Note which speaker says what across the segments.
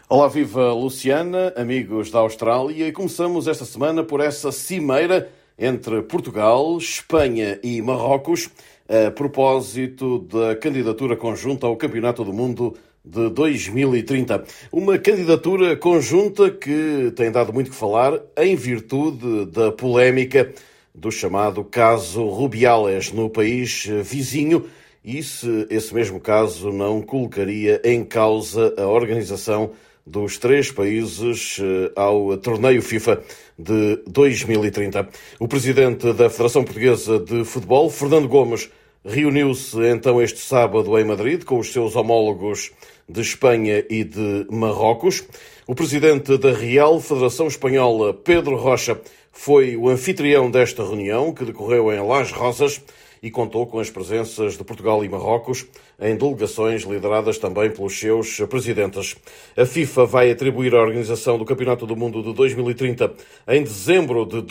Speaker 1: Olá, viva Luciana, amigos da Austrália, e começamos esta semana por essa cimeira entre Portugal, Espanha e Marrocos a propósito da candidatura conjunta ao Campeonato do Mundo de 2030. Uma candidatura conjunta que tem dado muito que falar em virtude da polémica do chamado caso Rubiales no país vizinho, e se esse mesmo caso não colocaria em causa a organização dos três países ao torneio FIFA de 2030. O presidente da Federação Portuguesa de Futebol, Fernando Gomes, reuniu-se então este sábado em Madrid com os seus homólogos de Espanha e de Marrocos. O presidente da Real Federação Espanhola, Pedro Rocha, foi o anfitrião desta reunião, que decorreu em Las Rozas, e contou com as presenças de Portugal e Marrocos em delegações lideradas também pelos seus presidentes. A FIFA vai atribuir a organização do Campeonato do Mundo de 2030 em dezembro de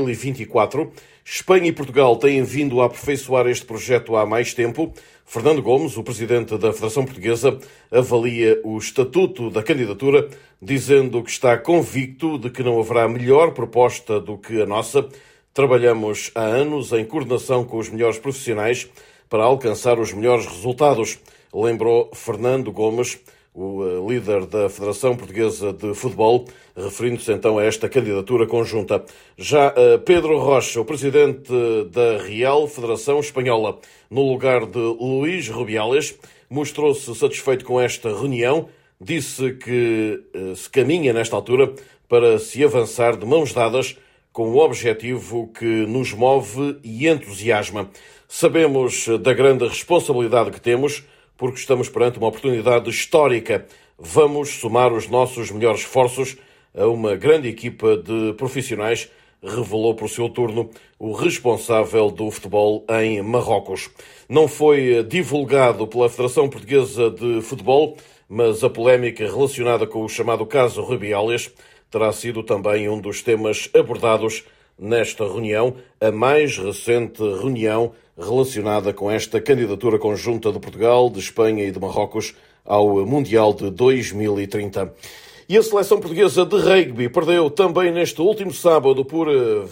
Speaker 1: 2024. Espanha e Portugal têm vindo a aperfeiçoar este projeto há mais tempo. Fernando Gomes, o presidente da Federação Portuguesa, avalia o estatuto da candidatura, dizendo que está convicto de que não haverá melhor proposta do que a nossa. Trabalhamos há anos em coordenação com os melhores profissionais para alcançar os melhores resultados, lembrou Fernando Gomes, o líder da Federação Portuguesa de Futebol, referindo-se então a esta candidatura conjunta. Já Pedro Rocha, o presidente da Real Federação Espanhola, no lugar de Luís Rubiales, mostrou-se satisfeito com esta reunião, disse que se caminha nesta altura para se avançar de mãos dadas com o objetivo que nos move e entusiasma. Sabemos da grande responsabilidade que temos, porque estamos perante uma oportunidade histórica. Vamos somar os nossos melhores esforços a uma grande equipa de profissionais, revelou por seu turno o responsável do futebol em Marrocos. Não foi divulgado pela Federação Portuguesa de Futebol, mas a polémica relacionada com o chamado caso Rubiales terá sido também um dos temas abordados nesta reunião, a mais recente reunião relacionada com esta candidatura conjunta de Portugal, de Espanha e de Marrocos ao Mundial de 2030. E a seleção portuguesa de rugby perdeu também neste último sábado por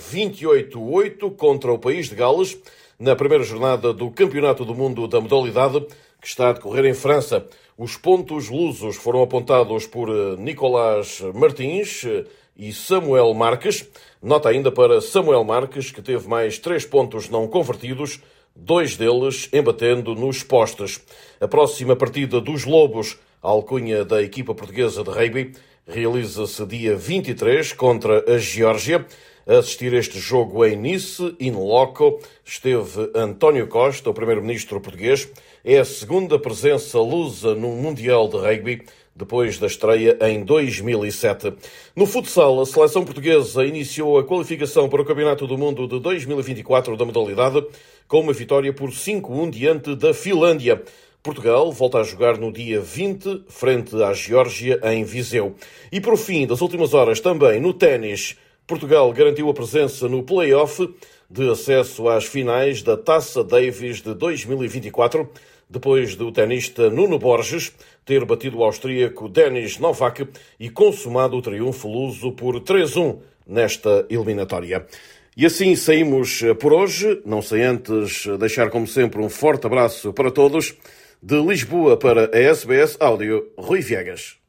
Speaker 1: 28-8 contra o país de Gales, na primeira jornada do Campeonato do Mundo da modalidade, que está a decorrer em França. Os pontos lusos foram apontados por Nicolás Martins e Samuel Marques. Nota ainda para Samuel Marques, que teve mais 3 pontos não convertidos, 2 deles embatendo nos postes. A próxima partida dos Lobos, a alcunha da equipa portuguesa de rugby, realiza-se dia 23 contra a Geórgia. A assistir este jogo em Nice, in loco, esteve António Costa, o primeiro-ministro português. É a segunda presença lusa num Mundial de Rugby, depois da estreia em 2007. No futsal, a seleção portuguesa iniciou a qualificação para o Campeonato do Mundo de 2024 da modalidade, com uma vitória por 5-1 diante da Finlândia. Portugal volta a jogar no dia 20, frente à Geórgia, em Viseu. E por fim, das últimas horas, também no ténis, Portugal garantiu a presença no play-off de acesso às finais da Taça Davis de 2024, depois do tenista Nuno Borges ter batido o austríaco Denis Novak e consumado o triunfo luso por 3-1 nesta eliminatória. E assim saímos por hoje, não sem antes deixar como sempre um forte abraço para todos. De Lisboa para a SBS Áudio, Rui Viegas.